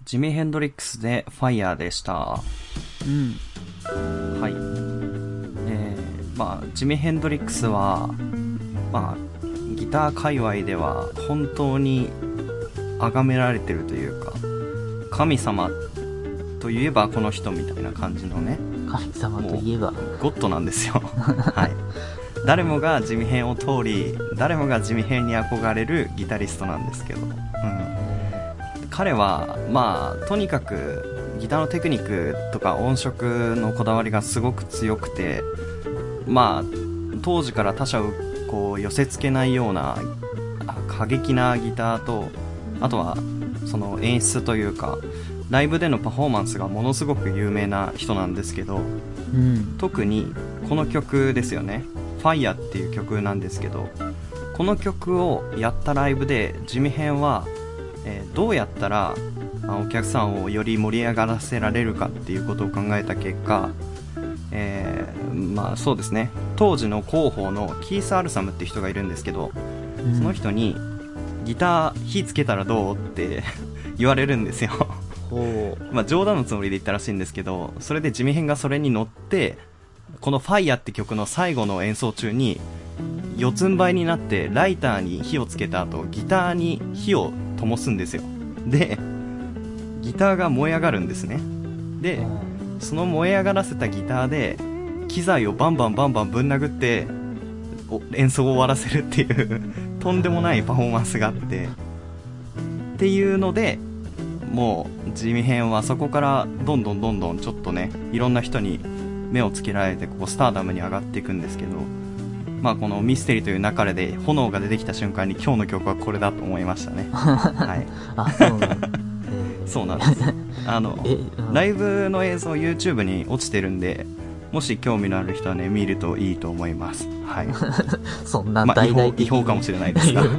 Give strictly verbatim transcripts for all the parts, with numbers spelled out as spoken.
ジミー・ヘンドリックスでファイヤーでした。 うん。 はい。えー、まあ、ジミー・ヘンドリックスは、まあ、ギター界隈では本当に崇められてるというか、神様といえばこの人みたいな感じのね。 神様といえば。 ゴッドなんですよ。はい。誰もがジミヘンを通り、誰もがジミヘンに憧れるギタリストなんですけど、うん。彼は、まあ、とにかくギターのテクニックとか音色のこだわりがすごく強くて、まあ、当時から他者をこう寄せ付けないような過激なギターと、あとはその演出というか、ライブでのパフォーマンスがものすごく有名な人なんですけど、 うん、 特にこの曲ですよね、ファイヤーっていう曲なんですけど、この曲をやったライブでジミヘンは、えー、どうやったらお客さんをより盛り上がらせられるかっていうことを考えた結果、えー、まあそうですね、当時の広報のキース・アルサムっていう人がいるんですけど、うん、その人にギター火つけたらどうって言われるんですよ。まあ冗談のつもりで言ったらしいんですけど、それでジミヘンがそれに乗ってこのファイヤーって曲の最後の演奏中に四つん這いになってライターに火をつけた後ギターに火を灯すんですよ。でギターが燃え上がるんですね。でその燃え上がらせたギターで機材をバンバンバンバンぶん殴って演奏を終わらせるっていうとんでもないパフォーマンスがあってっていうので、もうジミヘンはそこからどんどんどんどんちょっとね、いろんな人に目をつけられてこうスターダムに上がっていくんですけど、まあこのミステリーという流れで炎が出てきた瞬間に今日の曲はこれだと思いましたね。はい。 あ、そうなんだ。 そうなんです。あの、うん、ライブの映像 YouTube に落ちてるんで、もし興味のある人はね見るといいと思います。はい。 そんな大々的に、 まあ、違法、違法かもしれないですが。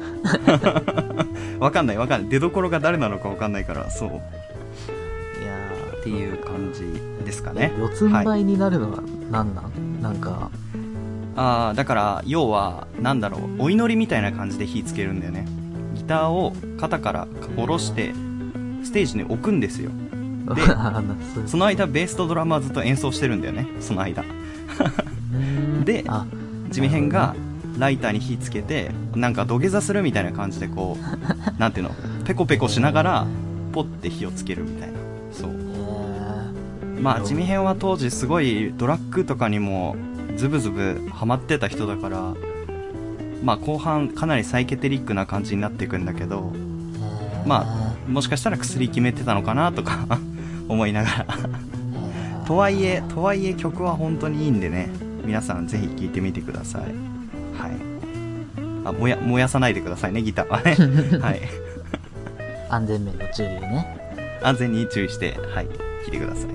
わかんないわかんない。出所が誰なのかわかんないから、そう。いやーっていう感じですかね。 四つん這いになるのは何なん、はい、なんか。 ああ、だから要はなんだろう、お祈りみたいな感じで火つけるんだよね。ギターを肩から下ろしてステージに置くんですよ。でその間ベースとドラムはずっと演奏してるんだよね、その間。でジミヘンがライターに火つけてなんか土下座するみたいな感じでこうなんていうの、ペコペコしながらポッて火をつけるみたいな。そう。まあジミヘンは当時すごいドラッグとかにもズブズブハマってた人だから、まあ後半かなりサイケテリックな感じになっていくんだけど、まあもしかしたら薬決めてたのかなとか思いながらとはいえとはいえ曲は本当にいいんでね、皆さんぜひ聴いてみてください。はい。あ、燃や燃やさないでくださいね、ギターはね。はい。 安全面の注意をね。 安全に注意してはい聴いてください。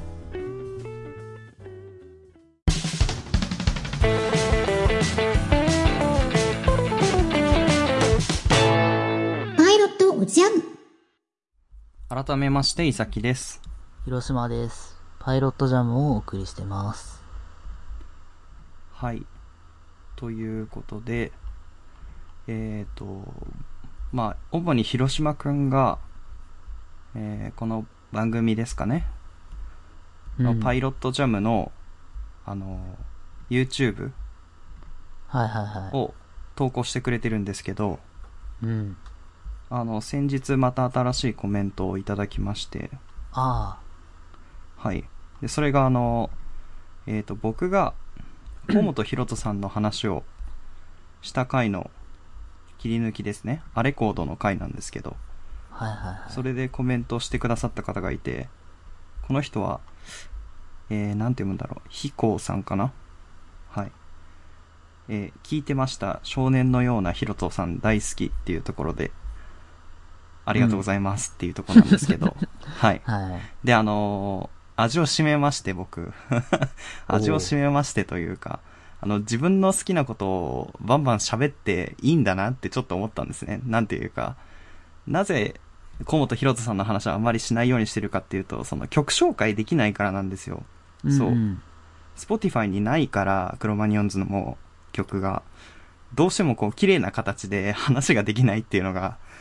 パイロットジャム。 改めましていさきです。 広島です。パイロットジャムをお送りしてます。 はい。ということで、えっと、まあ、主に広島くんが、えー、この番組ですかね、うん、のパイロットジャムの、あの、YouTube はいはいはい。 を投稿してくれてるんですけど、 うん。 あの、先日また新しいコメントをいただきまして、 ああ。はい。で、それがあの、えっと、僕が、河本ひろとさんの話をした回の切り抜きですね。アレコードの回なんですけど、 はいはいはい。 それでコメントしてくださった方がいて、この人は、えー、なんて読むんだろう。ひこうさんかな。はい。えー、聞いてました。少年のようなひろとさん大好きっていうところで、ありがとうございますっていうところなんですけど、うん、はい。 はい。 で、あのー、味を占めまして、僕。味を占めましてというか、あの、自分の好きなことをバンバン喋っていいんだなってちょっと思ったんですね。なんていうか、なぜ、河本ひろとさんの話はあんまりしないようにしてるかっていうと、その曲紹介できないからなんですよ。うんうん、そう。Spotify にないから、クロマニヨンズのも曲が、どうしてもこう、綺麗な形で話ができないっていうのが、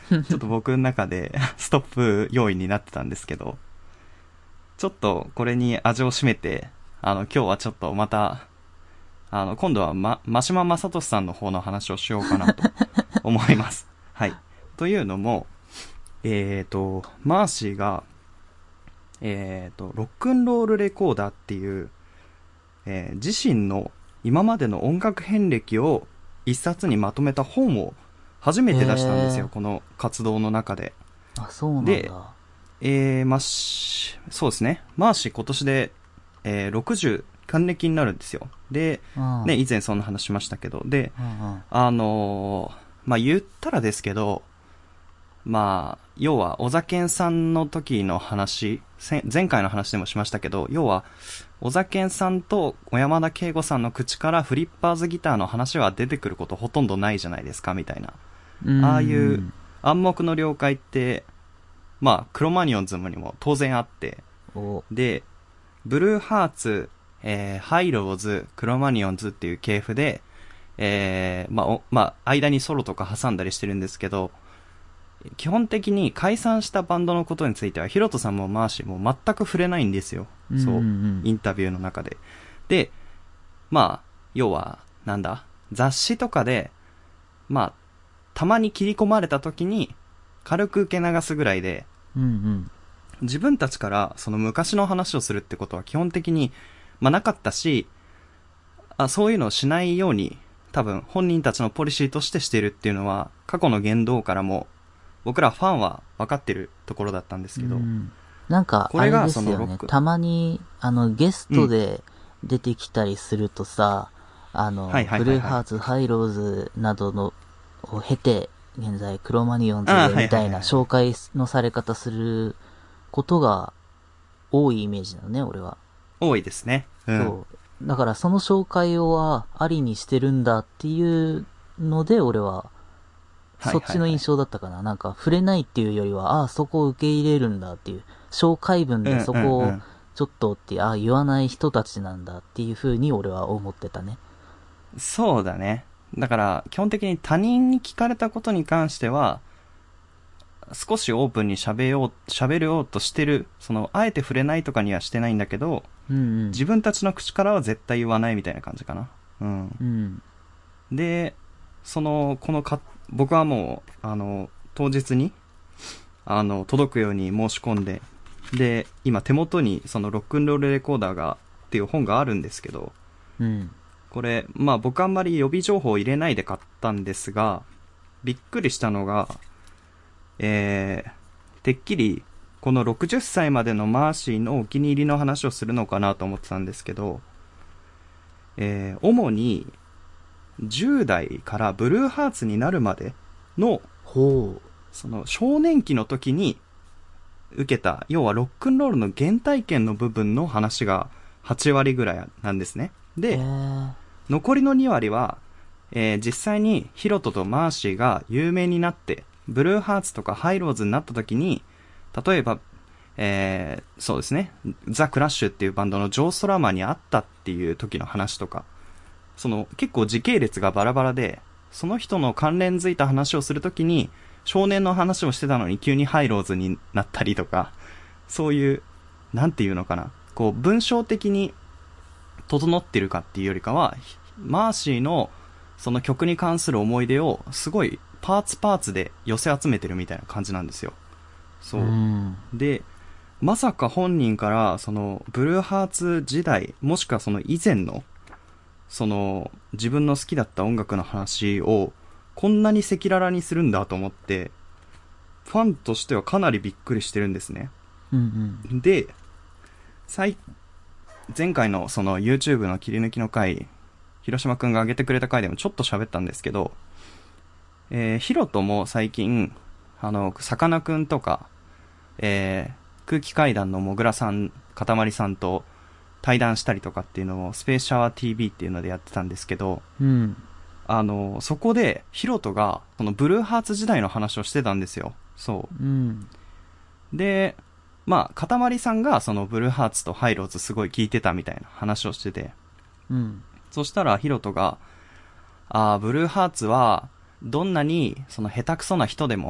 ちょっと僕の中でストップ要因になってたんですけど、ちょっとこれに味を占めて、あの、今日はちょっとまた、あの、今度はま、真島正俊さんの方の話をしようかなと思います。はい。というのも、えっと、マーシーが、えっと、ロックンロールレコーダーっていう、えー自身の今までの音楽遍歴を一冊にまとめた本を初めて出したんですよ、 へーこの活動の中で。 あ、そうなんでだ。 えー、まし、そうですね。マーシー今年で、えー、ろくじゅう還暦になるんですよ。で、 うん。 ね、以前そんな話しましたけど、で、 うんうん。 あのーまあ、言ったらですけど、まあ、要は、小酒さんの時の話、せ前回の話でもしましたけど、要は、小酒さんと小山田圭吾さんの口からフリッパーズギターの話は出てくることほとんどないじゃないですか、みたいな。 うんああいう暗黙の了解って、まあ、クロマニオンズにも当然あって、 お、 で、ブルーハーツ、えー、ハイローズ、クロマニオンズっていう系譜で、えー、まあ、おまあ、間にソロとか挟んだりしてるんですけど、基本的に解散したバンドのことについては、ヒロトさんもマーシーも全く触れないんですよ。そう。 んんインタビューの中で。で、まあ、要は、なんだ、雑誌とかで、まあ、たまに切り込まれた時に、軽く受け流すぐらいで、 うんうん自分たちからその昔の話をするってことは基本的に、まあなかったし、あ、そういうのをしないように、多分本人たちのポリシーとしてしているっていうのは、過去の言動からも、僕らファンは分かってるところだったんですけど、 うんなんか、 これがあれですよそのロック。 ねたまに、あの、ゲストで出てきたりするとさ、あの、 はいはいはいはいブルーハーツ、ハイローズなどの、を経て、現在、クロマニオンズあーで、みたいなはいはいはいはい紹介のされ方することが多いイメージなのね、俺は。 多いですね。うん。 そう。だからその紹介をはありにしてるんだっていうので、俺は、そっちの印象だったかな。なんか触れないっていうよりは、ああ、そこを受け入れるんだっていう、紹介文でそこをうんうんうんちょっとって、ああ、言わない人たちなんだっていう風に俺は思ってたね。 そうだね。だから、基本的に他人に聞かれたことに関しては、少しオープンに喋よう、喋ろうとしてる、その、あえて触れないとかにはしてないんだけど、 うんうん。 自分たちの口からは絶対言わないみたいな感じかな。うん。 うん。 で、その、このか、僕はもう、あの、当日に、あの、届くように申し込んで、で、今手元にそのロックンロールレコーダーが、っていう本があるんですけど、 うん。 これ、まあ僕あんまり予備情報を入れないで買ったんですが、びっくりしたのが、えー、てっきり、このろくじゅっさいまでのマーシーのお気に入りの話をするのかなと思ってたんですけど、えー、主に、じゅう代からブルーハーツになるまでの、 ほう。 その少年期の時に受けた、要はロックンロールの原体験の部分の話がはち割ぐらいなんですね。 へで、 ー残りのに割は、えー実際にヒロトとマーシーが有名になって、ブルーハーツとかハイローズになった時に、例えば、えーそうですね、ザ・クラッシュっていうバンドのジョー・ストラマーに会ったっていう時の話とか、その結構時系列がバラバラで、その人の関連づいた話をするときに、少年の話をしてたのに急にハイローズになったりとか、そういう、なんていうのかな、こう文章的に整ってるかっていうよりかは、マーシーのその曲に関する思い出をすごいパーツパーツで寄せ集めてるみたいな感じなんですよ。そう。 うん。 で、まさか本人からそのブルーハーツ時代、もしくはその以前のその自分の好きだった音楽の話をこんなに赤裸々にするんだと思って、ファンとしてはかなりびっくりしてるんですね。 うんうん。 で、最前回のその YouTube の切り抜きの回、広島くんが上げてくれた回でもちょっと喋ったんですけど、えー、ヒロトも最近、あの、さかなクンとか、えー、空気階段のもぐらさん、かたまりさんと対談したりとかっていうのをスペースシャワー ティーブイ っていうのでやってたんですけど、 うん。 あの、そこでヒロトが、そのブルーハーツ時代の話をしてたんですよ。そうん。 う。で、まあ、かたまりさんがそのブルーハーツとハイローズすごい聞いてたみたいな話をしてて、 うん。 そしたらヒロトが、あー、ブルーハーツは、どんなにその下手くそな人でも、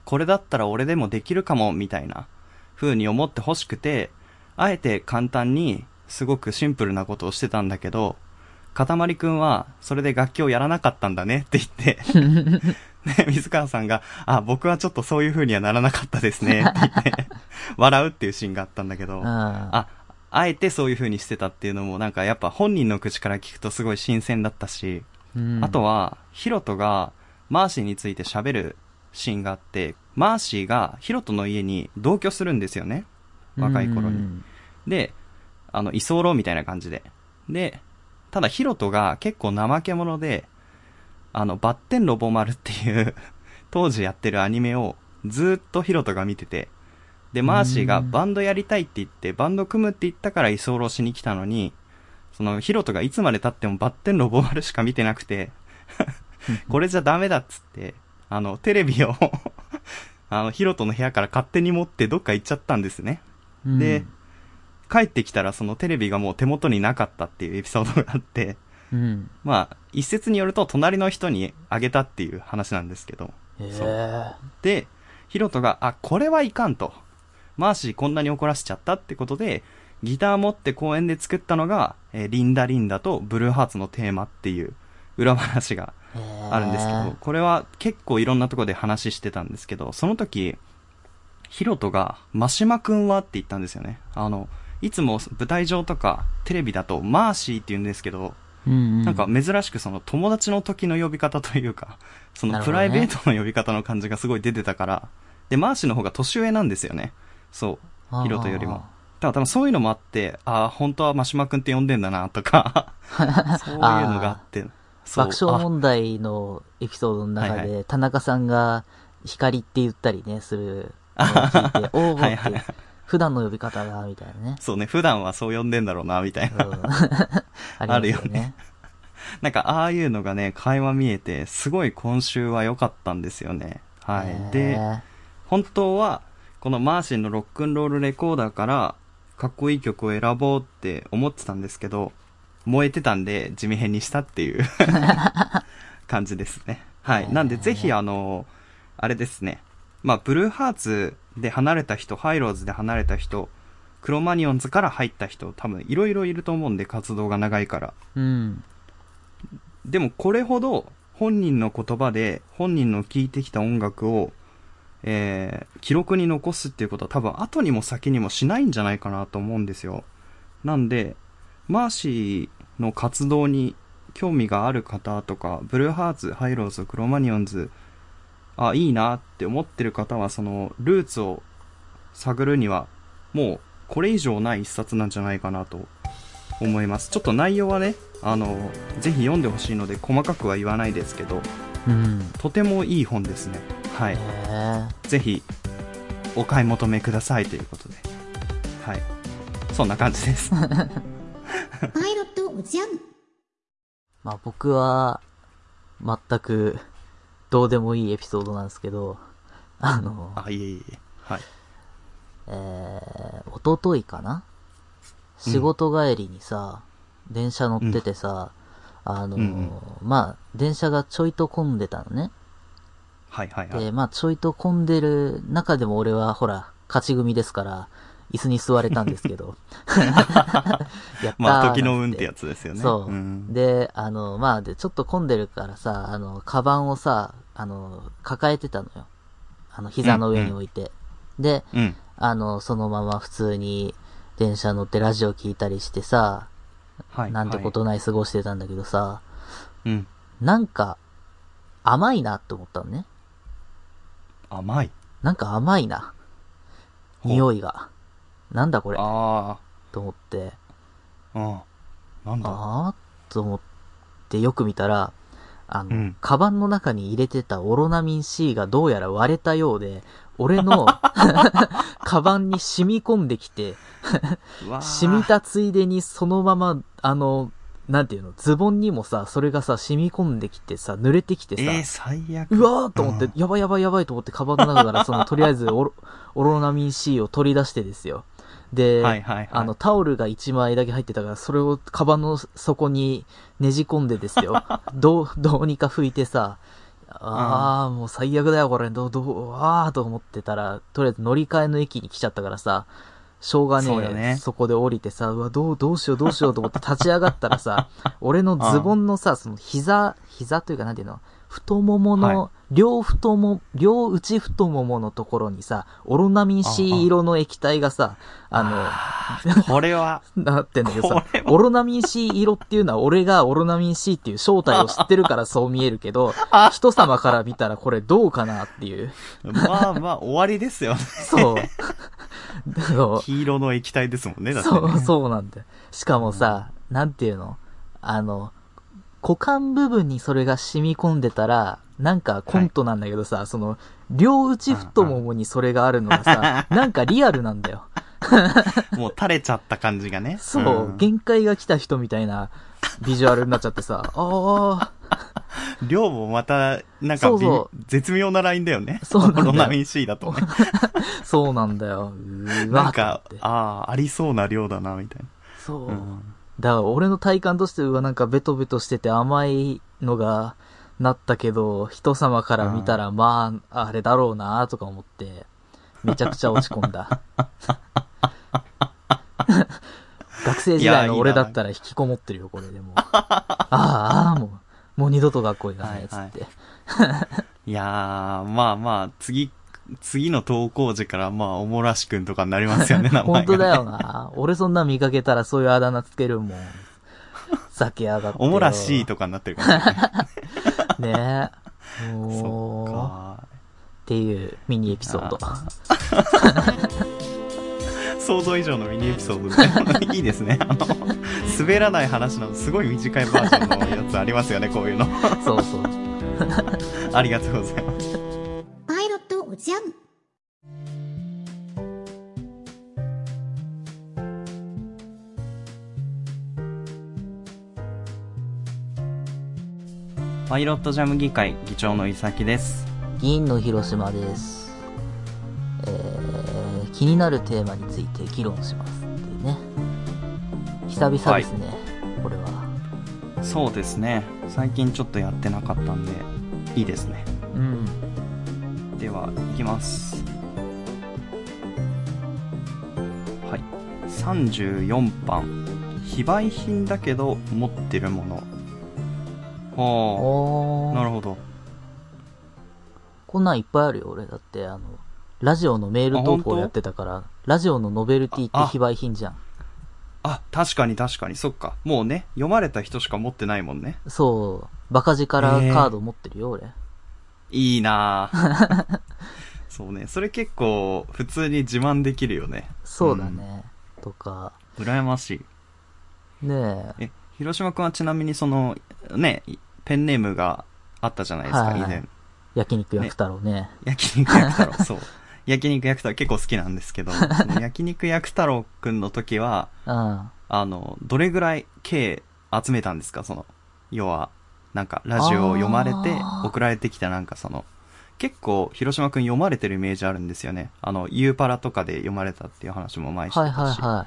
これだったら俺でもできるかもみたいな風に思ってほしくて、あえて簡単にすごくシンプルなことをしてたんだけど、かたまりくんはそれで楽器をやらなかったんだねって言ってで水川さんが、あ、僕はちょっとそういう風にはならなかったですねって言って笑うっていうシーンがあったんだけど、ああ、あえてそういう風にしてたっていうのもなんかやっぱ本人の口から聞くとすごい新鮮だったし、うん、あとはヒロトがマーシーについて喋るシーンがあって、マーシーがヒロトの家に同居するんですよね、若い頃に。うん、で、あの居候みたいな感じで、でただヒロトが結構怠け者で、あのバッテンロボ丸っていう当時やってるアニメをずっとヒロトが見てて、でマーシーがバンドやりたいって言ってバンド組むって言ったから居候しに来たのに、そのヒロトがいつまで経ってもバッテンロボ丸しか見てなくてこれじゃダメだっつって、あのテレビをあのヒロトの部屋から勝手に持ってどっか行っちゃったんですね。で帰ってきたらそのテレビがもう手元になかったっていうエピソードがあって、うん、まあ一説によると隣の人にあげたっていう話なんですけど、そうでヒロトが、あ、これはいかんと、マーシーこんなに怒らせちゃったってことでギター持って公園で作ったのが、えー、リンダリンダとブルーハーツのテーマっていう裏話があるんですけど、これは結構いろんなところで話してたんですけど、その時ヒロトがマシマくんはって言ったんですよね。あのいつも舞台上とかテレビだとマーシーって言うんですけど、うんうん、なんか珍しくその友達の時の呼び方というか、そのプライベートの呼び方の感じがすごい出てたから、でマーシーの方が年上なんですよね。そうヒロトよりも。だから多分そういうのもあって、ああ本当はマシマくんって呼んでんだなとかそういうのがあって爆笑問題のエピソードの中で、はいはい、田中さんが光って言ったりねするのを聞いておーって、はいはい、普段の呼び方がみたいなね。 そうね、普段はそう呼んでんだろうなみたいな、うん、あるよね。なんかああいうのがね垣間見えて、すごい今週は良かったんですよね。はい。で本当はこのマーシーのロックンロールレコーダーからかっこいい曲を選ぼうって思ってたんですけど、燃えてたんで地味編にしたっていう感じですね。はい。なんでぜひあのあれですね、まあブルーハーツで離れた人、ハイローズで離れた人、クロマニオンズから入った人、多分いろいろいると思うんで、活動が長いから、うん、でもこれほど本人の言葉で本人の聴いてきた音楽を、えー、記録に残すっていうことは多分後にも先にもしないんじゃないかなと思うんですよ。なんでマーシーの活動に興味がある方とか、ブルーハーツ、ハイローズ、クロマニオンズ、あ、いいなって思ってる方は、そのルーツを探るにはもうこれ以上ない一冊なんじゃないかなと思います。ちょっと内容はね、あのぜひ読んでほしいので細かくは言わないですけど、うん、とてもいい本ですね。はい。ぜひお買い求めくださいということで、はい、そんな感じですパイロットおじゃん。まあ僕は全くどうでもいいエピソードなんですけど、あのあ、いえいえ、はい、 えー、おとといかな、仕事帰りにさ、うん、電車乗っててさ、うん、あの、うんうん、まあ電車がちょいと混んでたのね。 はいはいはい。 で、まあちょいと混んでる中でも俺はほら勝ち組ですから椅子に座れたんですけどやったーまあ時の運ってやつですよね。 そう、うん、であのまあでちょっと混んでるからさ、あのカバンをさ、あの抱えてたのよ、あの膝の上に置いて、うんうん、で、うん、あのそのまま普通に電車乗ってラジオ聞いたりしてさ、はい、なんてことない過ごしてたんだけどさ、はい、なんか甘いなって思ったのね。 甘い、 なんか甘いな、匂いが。なんだこれあと思って、 あなんだあーと思ってよく見たら、あの、うん、カバンの中に入れてたオロナミン C がどうやら割れたようで、俺のカバンに染み込んできて染みたついでにそのまま、あのなんていうの、ズボンにもさ、それがさ染み込んできてさ、濡れてきてさ、 えー、最悪。 うわーと思って、うん、やばいやばいやばいと思って、カバンの中からそのとりあえずオロ、オロナミン C を取り出してですよ。で、はいはいはい、あのタオルがいちまいだけ入ってたから、それをカバンの底にねじ込んでですよ。どうどうにか拭いてさ、 ああ、もう最悪だよこれ、どう、どう、ああと思ってたら、とりあえず乗り換えの駅に来ちゃったからさ、しょうがねえ、 そうよねそこで降りてさ、うわ、どう、どうしようどうしようと思って立ち上がったらさ、俺のズボンのさ、その膝、膝というかなんていうの、太ももの、 は両太も、両内太もものところにさ、オロナミン C 色の液体がさ、あの、 あこれは、 なってんだけどさこれ、はオロナミン C 色っていうのは俺がオロナミン C っていう正体を知ってるからそう見えるけど、人様から見たらこれどうかなっていう。 まあまあ終わりですよね。 そう。だから黄色の液体ですもんね、だってね。 そう、そうなんだよ。しかもさ、なんていうのあの、股間部分にそれが染み込んでたら、なんかコントなんだけどさ、その、両内太ももにそれがあるのがさ、なんかリアルなんだよ。 もう垂れちゃった感じがね。 そう、 ん限界が来た人みたいなビジュアルになっちゃってさ、ああ、 量もまた、なんかそうそ絶妙なラインだよね。 そうなんだよオロナミン C だとね。 そうなんだよ。うーわなんかと思って、 ああ、ありそうな量だな、みたいな。 そう。 うんだから俺の体感としてはなんかベトベトしてて甘いのがなったけど、人様から見たらまあ、あれだろうなとか思って、めちゃくちゃ落ち込んだ。学生時代の俺だったら引きこもってるよ、これでも。ああ、ああ、もう、もう二度と学校行かないっつって。 はいいやー、まあまあ、次、次の登校時からまあ、おもらしくんとかになりますよね、名前が、ね。 本当だよな。俺そんな見かけたらそういうあだ名つけるもん。酒やがってよ。 おもらしいとかになってるかもしれない。 ねえ。 そもう、 っか。 っていうミニエピソード。 想像以上のミニエピソードでいいですね。あの、滑らない話のすごい短いバージョンのやつありますよね、こういうの。 そうそう。 ありがとうございます。 パイロットおじゃん。 パイロットジャム議会議長の伊崎です。 議員の広島です。えー、気になるテーマについて議論しますっていうね。久々ですね、はい、これは。 そうですね。最近ちょっとやってなかったんで、いいですね。 うん。 では、いきます。はい。さんじゅうよんばん。非売品だけど持ってるもの。はあ、なるほど。 こんなんいっぱいあるよ、俺。だって、あの、ラジオのメール投稿やってたから、ラジオのノベルティって非売品じゃん。 あ、確かに確かに、そっか。もうね、読まれた人しか持ってないもんね。 そう。バカ力カード持ってるよ、俺。 いいなぁ。そうね、それ結構、普通に自慢できるよね。 そうだね。うん、とか。 羨ましい。 ねえ。 え、広島くんはちなみにその、ね、ペンネームがあったじゃないですか、はいはい、以前。 焼肉焼く太郎ね。ね焼肉焼く太郎、そう。焼肉焼く太郎結構好きなんですけど、その焼肉焼く太郎くんの時は、 うん、 あの、どれぐらい計集めたんですか、その、要は、なんか、ラジオを読まれて、送られてきたなんかその、結構、広島くん読まれてるイメージあるんですよね。あの、ユーパラとかで読まれたっていう話も前してたし。 はいはいはい。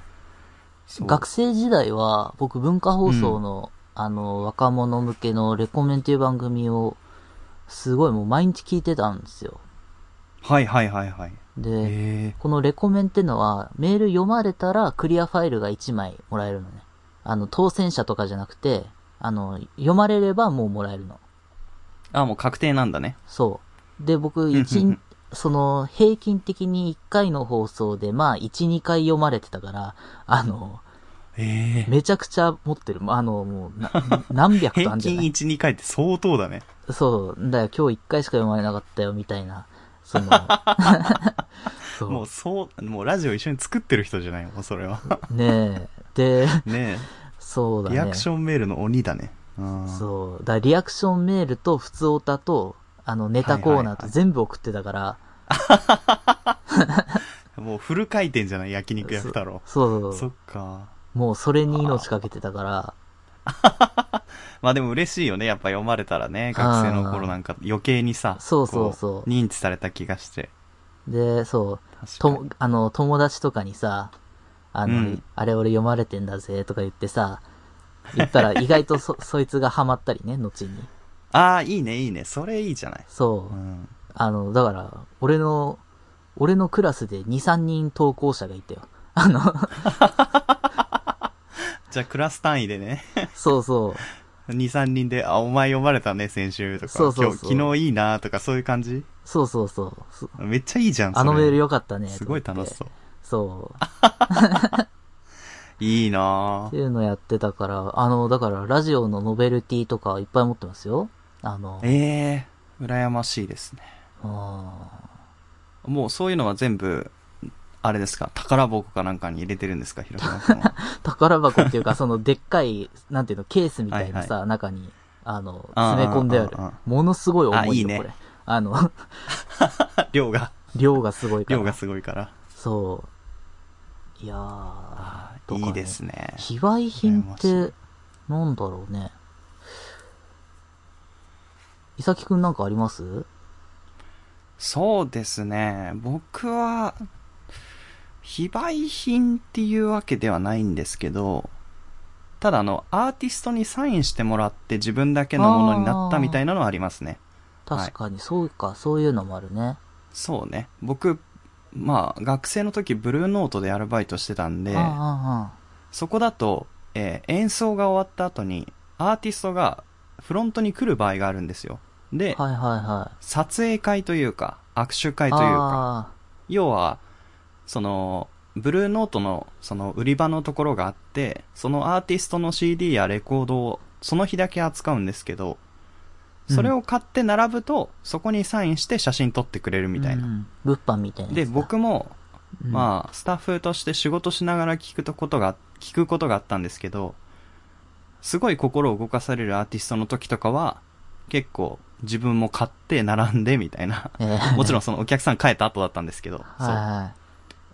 学生時代は、僕文化放送の、うん、あの、若者向けのレコメンっていう番組を、すごいもう毎日聞いてたんですよ。 はいはいはいはい。 で、このレコメンってのは、メール読まれたらクリアファイルがいちまいもらえるのね。あの、当選者とかじゃなくて、あの、読まれればもうもらえるの。 あ、もう確定なんだね。 そう。で、僕、一、その、平均的にいっかいの放送で、まあ、いち、にかい読まれてたから、あの、 えー、 めちゃくちゃ持ってる。あの、もう、な何百とあるんじゃない？ 平均いち、にかいって相当だね。 そう。だよ、今日いっかいしか読まれなかったよ、みたいな。その、 そうもう、そう、もうラジオ一緒に作ってる人じゃないもん、それは。 ねえ。で、 ねえ。 そうだね。 リアクションメールの鬼だね。 そう。だリアクションメールと普通オタと、あの、ネタコーナーと全部送ってたから。 もうフル回転じゃない、焼肉焼く太郎。 そうそう。 そっか。 もうそれに命かけてたから。 まあでも嬉しいよね。やっぱ読まれたらね。学生の頃なんか余計にさ。 そうそうそう。 認知された気がして。 で、そう。と、あの、友達とかにさ、あの、うん、あれ俺読まれてんだぜとか言ってさ、言ったら意外とそ、そいつがハマったりね、後に。 ああ、いいね、いいね。それいいじゃない。 そう。 うん、 あの、だから、俺の、俺のクラスでに、さんにん投稿者がいたよ。あのじゃあクラス単位でね。 そうそう。 に、さんにんで、あ、お前読まれたね、先週とか。 そうそうそう。 今日、昨日いいなとか、そういう感じ？ そうそうそう。 めっちゃいいじゃん、それ。 あのメールよかったね。 すごい楽しそう。 そう。 いいなぁ。 っていうのやってたから、あの、だからラジオのノベルティとかいっぱい持ってますよ。あの。 ええー、羨ましいですね。 あもうそういうのは全部、あれですか、宝箱かなんかに入れてるんですか、広島君は。 宝箱っていうか、そのでっかい、なんていうの、ケースみたいなさ、はいはい、中に、あの、詰め込んである。あものすごい重いよ、いいね、これ。あの、 量が。 量がすごいから。 量がすごいから。 そう。いやー、 ね、いいですね。 非売品って、なんだろうね。いさきくんなんかあります？ そうですね。僕は、非売品っていうわけではないんですけど、ただあの、アーティストにサインしてもらって自分だけのものになったみたいなのはありますね。 確かに、そうか、はい、そういうのもあるね。 そうね。僕、まあ、学生の時ブルーノートでアルバイトしてたんで、そこだと、えー、演奏が終わった後に、アーティストがフロントに来る場合があるんですよ。で、 はいはいはい、 撮影会というか、握手会というか、要は、その、ブルーノートの、その、売り場のところがあって、そのアーティストの シーディー やレコードを、その日だけ扱うんですけど、それを買って並ぶと、うん、そこにサインして写真撮ってくれるみたいな。うん、 物販みたいな。 で、僕も、うん、まあ、スタッフとして仕事しながら聞くことが、聞くことがあったんですけど、すごい心を動かされるアーティストの時とかは、結構、自分も買って並んでみたいな。えー、もちろんそのお客さん帰った後だったんですけど。 はい。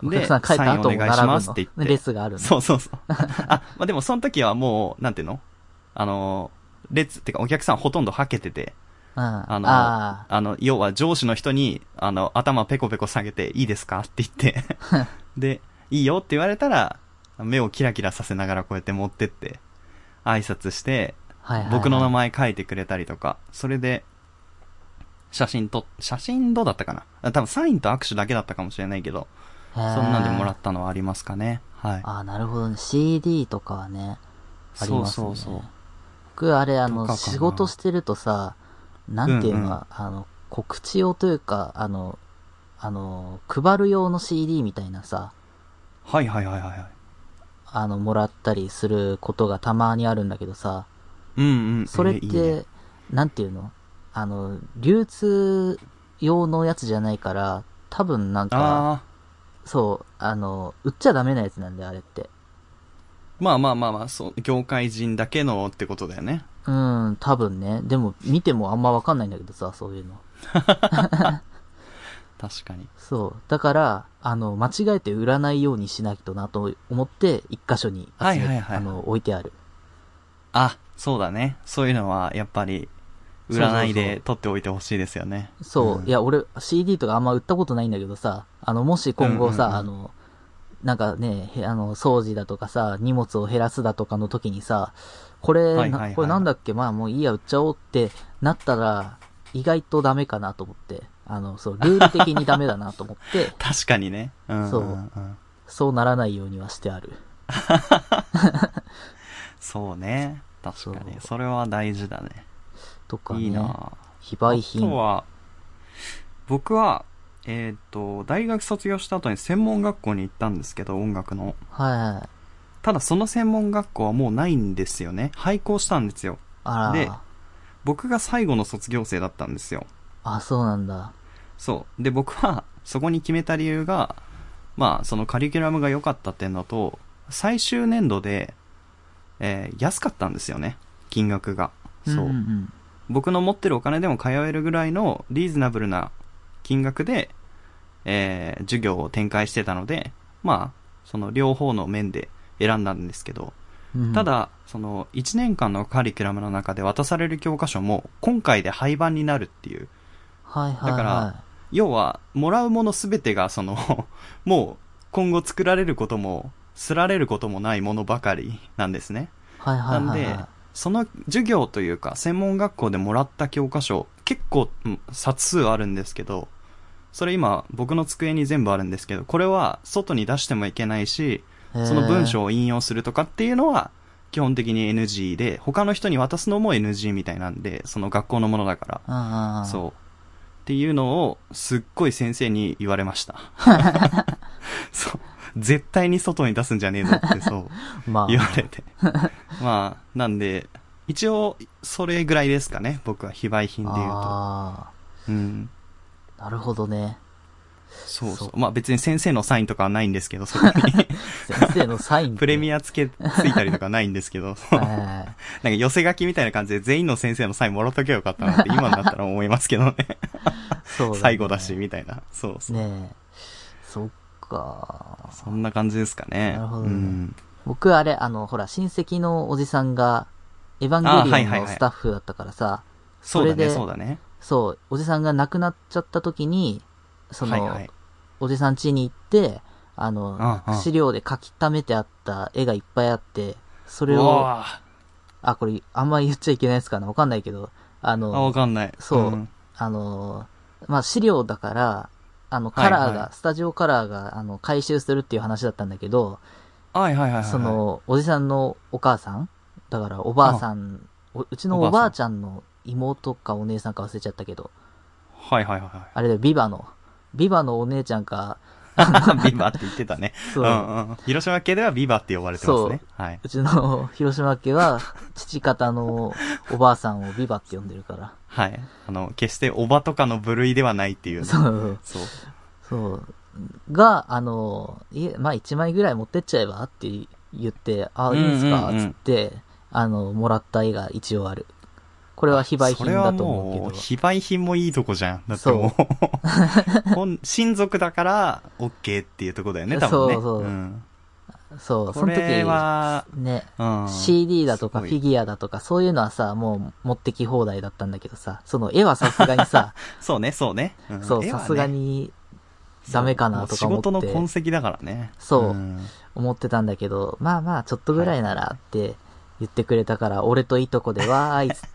そう。で、サインお願いしますって言って。 レスがあるの。 そうそうそう。あ、まあ、でもその時はもう、なんていうの？あの、列、ってかお客さんほとんどはけてて、 うん、 あの、 あ, あの、要は上司の人に、あの、頭ペコペコ下げていいですかって言ってで、いいよって言われたら、目をキラキラさせながらこうやって持ってって、挨拶して、 はいはいはい、 僕の名前書いてくれたりとか、それで、写真と、写真どうだったかな？多分サインと握手だけだったかもしれないけど、そんなんでもらったのはありますかね。はい。 ああ、なるほどね。シーディー とかはね、ありますね。 そうそうそう。 僕、あれ、あの、仕事してるとさ、なんていうのは、うんうん、あの、告知用というか、あの、あの、配る用の シーディー みたいなさ、 はいはいはいはい。 あの、もらったりすることがたまにあるんだけどさ、 うんうん。 それって、えーいいね、なんていうの？あの、流通用のやつじゃないから、多分なんか、そう、あの、売っちゃダメなやつなんだよ、あれって。 まあまあまあまあ、そう、業界人だけのってことだよね。 うん、多分ね。でも、見てもあんまわかんないんだけどさ、そういうの。 確かに。 そう。だから、あの、間違えて売らないようにしないとなと思って、一箇所に、 はいはいはい、 あの、置いてある。 あ、そうだね。そういうのは、やっぱり、売らないで取っておいてほしいですよね。 そうそうそう。そう、うん。いや、俺、シーディー とかあんま売ったことないんだけどさ、あの、もし今後さ、うんうんうん、あの、なんかね、あの、掃除だとかさ、荷物を減らすだとかの時にさ、これ、はいはいはい、これなんだっけ、まあもういいや、売っちゃおうってなったら、意外とダメかなと思って、あの、そう、ルール的にダメだなと思って。 確かにね。うんうんうん、 そう。そうならないようにはしてある。 そうね。確かに。そ, それは大事だね。 とかね。 いいな。 非売品。 あとは、僕は、えっと、大学卒業した後に専門学校に行ったんですけど、音楽の。 はい。 ただその専門学校はもうないんですよね。廃校したんですよ。 あら。 で、僕が最後の卒業生だったんですよ。 あ、そうなんだ。 そう。で、僕はそこに決めた理由が、まあ、そのカリキュラムが良かったっていうのと、最終年度で、えー、安かったんですよね。金額が。そう。うんうんうん、僕の持ってるお金でも通えるぐらいのリーズナブルな金額で、えー、授業を展開してたので、まあ、その両方の面で選んだんですけど、うん、ただ、そのいちねんかんのカリキュラムの中で渡される教科書も今回で廃盤になるっていう。 はいはいはい。 だから、要は、もらうものすべてがその、もう今後作られることも、すられることもないものばかりなんですね。 はいはいはい、はい。 なんで、 その授業というか、専門学校でもらった教科書、結構冊数あるんですけど、それ今僕の机に全部あるんですけど、これは外に出してもいけないし、その文章を引用するとかっていうのは基本的に エヌジー で、他の人に渡すのも エヌジー みたいなんで、その学校のものだから。そう。っていうのをすっごい先生に言われました。そう。絶対に外に出すんじゃねえぞってそう、まあ、言われて。まあ、なんで、一応それぐらいですかね。僕は非売品で言うと。あうん。なるほどね。 そうそう。まあ別に先生のサインとかはないんですけど、そこに。 先生のサインプレミアつけ、ついたりとかないんですけど、なんか寄せ書きみたいな感じで全員の先生のサインもらっとけばよかったなって今になったら思いますけどね。そう、ね。最後だし、みたいな。そうそう。ねえ。 そっか。 そんな感じですかね。 なるほどね。うん、僕あれ、あの、ほら、親戚のおじさんが、エヴァンゲリオンのスタッフだったからさ、はいはいはい、 それで、そうだね、そうだね。 そう、おじさんが亡くなっちゃった時に、その、はいはい、おじさん家に行って、あの、うんうん、資料で書き溜めてあった絵がいっぱいあって、それを、あ、これ、あんまり言っちゃいけないですかなわかんないけど、あの、 あ、わかんない。 そう、うん、あの、まあ、資料だから、あの、カラーが、はいはい、スタジオカラーが、あの、回収するっていう話だったんだけど、 はいはいはい、はい。 その、おじさんのお母さんだから、おばあさん、うちのおばあちゃんの妹かお姉さんか忘れちゃったけど、 はいはいはい。 あれだよ、ビバの、ビバのお姉ちゃんか、 ビバって言ってたね。そう、うんうん。広島家ではビバって呼ばれてますね。はい。 うちの広島家は、父方のおばあさんをビバって呼んでるから。 はい。あの、決しておばとかの部類ではないっていう、ね。 そう。そう。そう。が、あの、いえ、まあ一枚ぐらい持ってっちゃえばって言って、あ、いいですか、つって、あの、もらった絵が一応ある。これは非売品だと思うけど。 非売品もいいとこじゃん。だってもう、親族だから、OK っていうとこだよね、多分ね。そうそう。うん、 そう、その時、ね、うん、シーディー だとかフィギュアだとか、そういうのはさ、もう持ってき放題だったんだけどさ、その絵はさすがにさ、 そうね、そうね。 うん、そう、さすがに、ダメかなとか思って。 仕事の痕跡だからね。 そう、うん、思ってたんだけど、まあまあ、ちょっとぐらいならって、はい言ってくれたから、俺といとこでわーいっつって。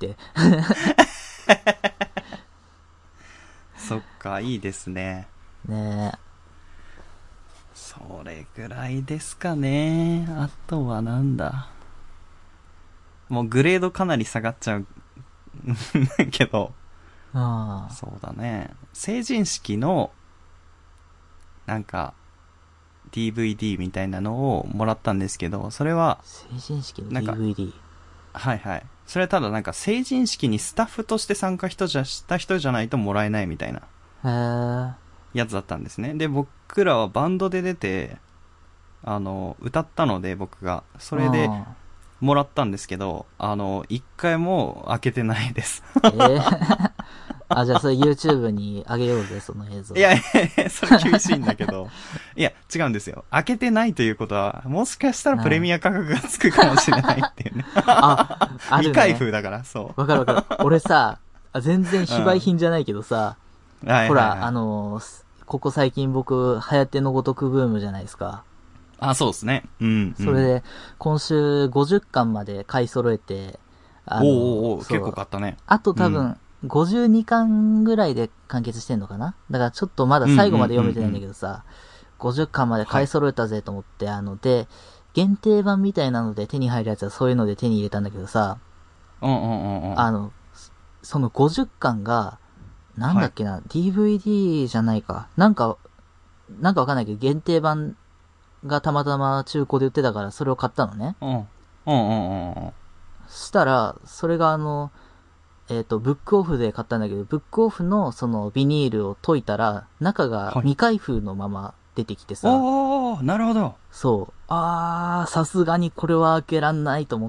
そっか、いいですね。 ねえ。 それぐらいですかね。あとはなんだ。もうグレードかなり下がっちゃうけど。 ああ。 そうだね。成人式の、なんか、ディーブイディー みたいなのをもらったんですけど、それは、 成人式の ディーブイディー？ はいはい。それはただなんか成人式にスタッフとして参加人じゃした人じゃないともらえないみたいな、 へー。 やつだったんですね。で、僕らはバンドで出て、あの、歌ったので僕が、それでもらったんですけど、あの、一回も開けてないです。 えーあ、じゃあそれ YouTube に上げようぜ、その映像。 いやいやいや、それ厳しいんだけど。いや、違うんですよ。開けてないということは、もしかしたらプレミア価格がつくかもしれないっていうね。 あ、あるね。 未開封だから、そう。 わかるわかる。俺さ、全然非売品じゃないけどさ、うん、ほら、あのー、ここ最近僕、流行ってのごとくブームじゃないですか。 あ、そうですね。うん、 うん。それで、今週ごじゅっかんまで買い揃えて、 あのー、おーおー結構買ったね。 あと多分、うんごじゅうにかんぐらいで完結してんのかな。だからちょっとまだ最後まで読めてないんだけどさ、うんうんうんうん、ごじゅっかんまで買い揃えたぜと思って、はい、あの、で、限定版みたいなので手に入るやつはそういうので手に入れたんだけどさ、 うんうんうんうん、 あの、そのごじゅっかんが、なんだっけな、はい、ディーブイディー じゃないか。なんか、なんかわかんないけど、限定版がたまたま中古で売ってたからそれを買ったのね。 うん。うんうんうんうん。 したら、それがあの、えっと、ブックオフで買ったんだけど、ブックオフのそのビニールを解いたら、中が未開封のまま出てきてさ。 はい、おー、なるほど。 そう。あー、さすがにこれは開けらんないと思って、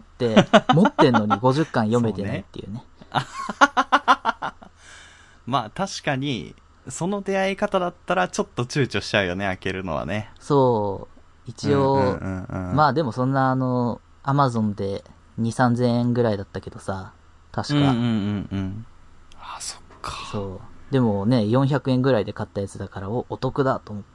持ってんのにごじゅっかん読めてないっていうね。 そうねまあ確かに、その出会い方だったらちょっと躊躇しちゃうよね、開けるのはね。 そう。一応、うんうんうんうん、まあでもそんなあの、アマゾンでに、さんぜんえんぐらいだったけどさ。確か。うんうんうんうん。あ、そっか。 そう。でもね、よんひゃくえんぐらいで買ったやつだから、お、お得だと思って。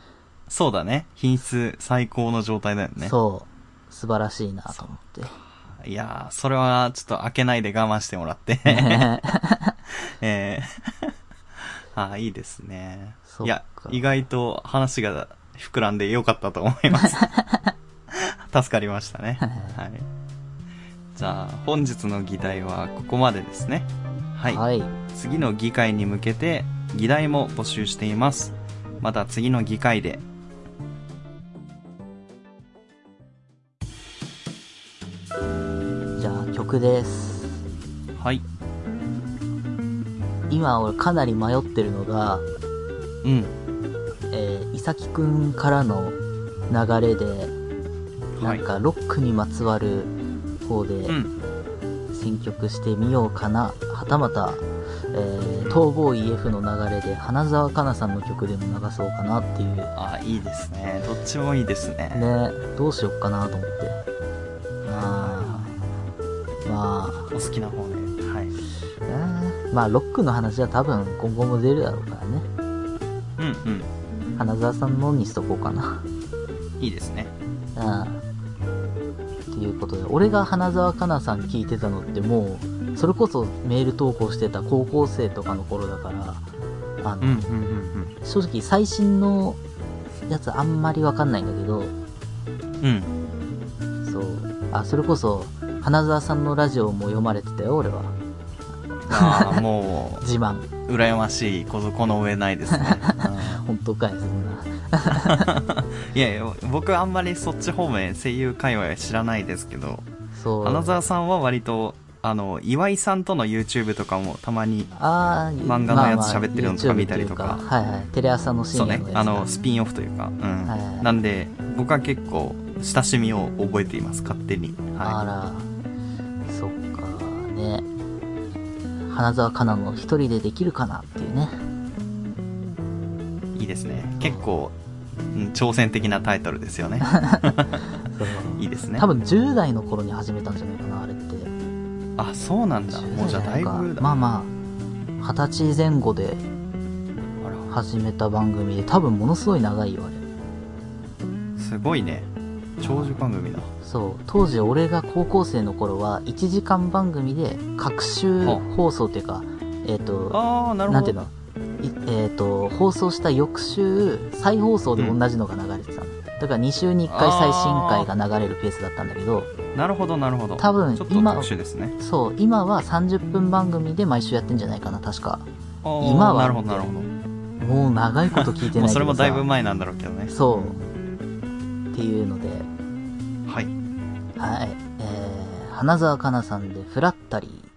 そうだね。品質最高の状態だよね。 そう。素晴らしいなと思って。 いやー、それはちょっと開けないで我慢してもらって。えー、あー、いいですね。いや、意外と話が膨らんでよかったと思います。助かりましたね。はい。じゃあ、本日の議題はここまでですね。はい。はい、次の議会に向けて議題も募集しています。また次の議会で。 じゃあ、曲です。 はい。 今俺かなり迷ってるのが、 うん。 えー、いさきくんからの流れで、なんかロックにまつわる方で選曲してみようかな、うん、はたまた、えー、逃亡 イーエフ の流れで花澤香菜さんの曲でも流そうかなっていう。 あ、いいですね。どっちもいいですね。 ね、どうしよっかなと思って。まあ、まあ、 お好きな方で、はい。 えー、まあロックの話は多分今後も出るだろうからね。 うんうん。 花澤さんのにしとこうかな。 いいですね。 うん。ということで、俺が花澤香菜さん聞いてたのってもうそれこそメール投稿してた高校生とかの頃だから、あの、うんうんうんうん、正直最新のやつあんまりわかんないんだけど、 うん、 そう、あ、それこそ花澤さんのラジオも読まれてたよ俺は。 ああ、もう自慢。 羨ましいことこの上ないですね。 本当かい、そんな。 いやいや、僕あんまりそっち方面声優界隈は知らないですけど、 そう、 花澤さんは割とあの岩井さんとの YouTube とかもたまに漫画のやつ喋ってるのとか見たりとか、 まあまあ、はいはい、テレ朝の深夜のやつ、 そうね、あのスピンオフというか、うん、はいはい、なんで僕は結構親しみを覚えています、勝手に。はい、 あら、そっかね。花澤香菜の一人でできるかなっていうね。 いいですね。結構、うん、挑戦的なタイトルですよね。いいですね。 多分じゅう代の頃に始めたんじゃないかな、あれって。 あ、そうなんだ。もうじゃあだいぶだ。 まあまあ、はたち前後で始めた番組で、多分ものすごい長いよ、あれ。 すごいね。長寿番組だ。 そう。当時俺が高校生の頃は、いちじかん番組で、各週放送っていうか、えっと、 あー、なるほど。 なんていうの、えっと、放送した翌週、再放送で同じのが流れてたの。うん、だからに週にいっかい最新回が流れるペースだったんだけど、 なるほどなるほど。 多分今、 特殊ですね。 そう、今はさんじゅっぷん番組で毎週やってんじゃないかな、確か。 今は。なるほどなるほど。 もう長いこと聞いてないけどさ。もうそれもだいぶ前なんだろうけどね。 そう。っていうので、 はい。 はい。えー、花澤香菜さんでフラッタリー。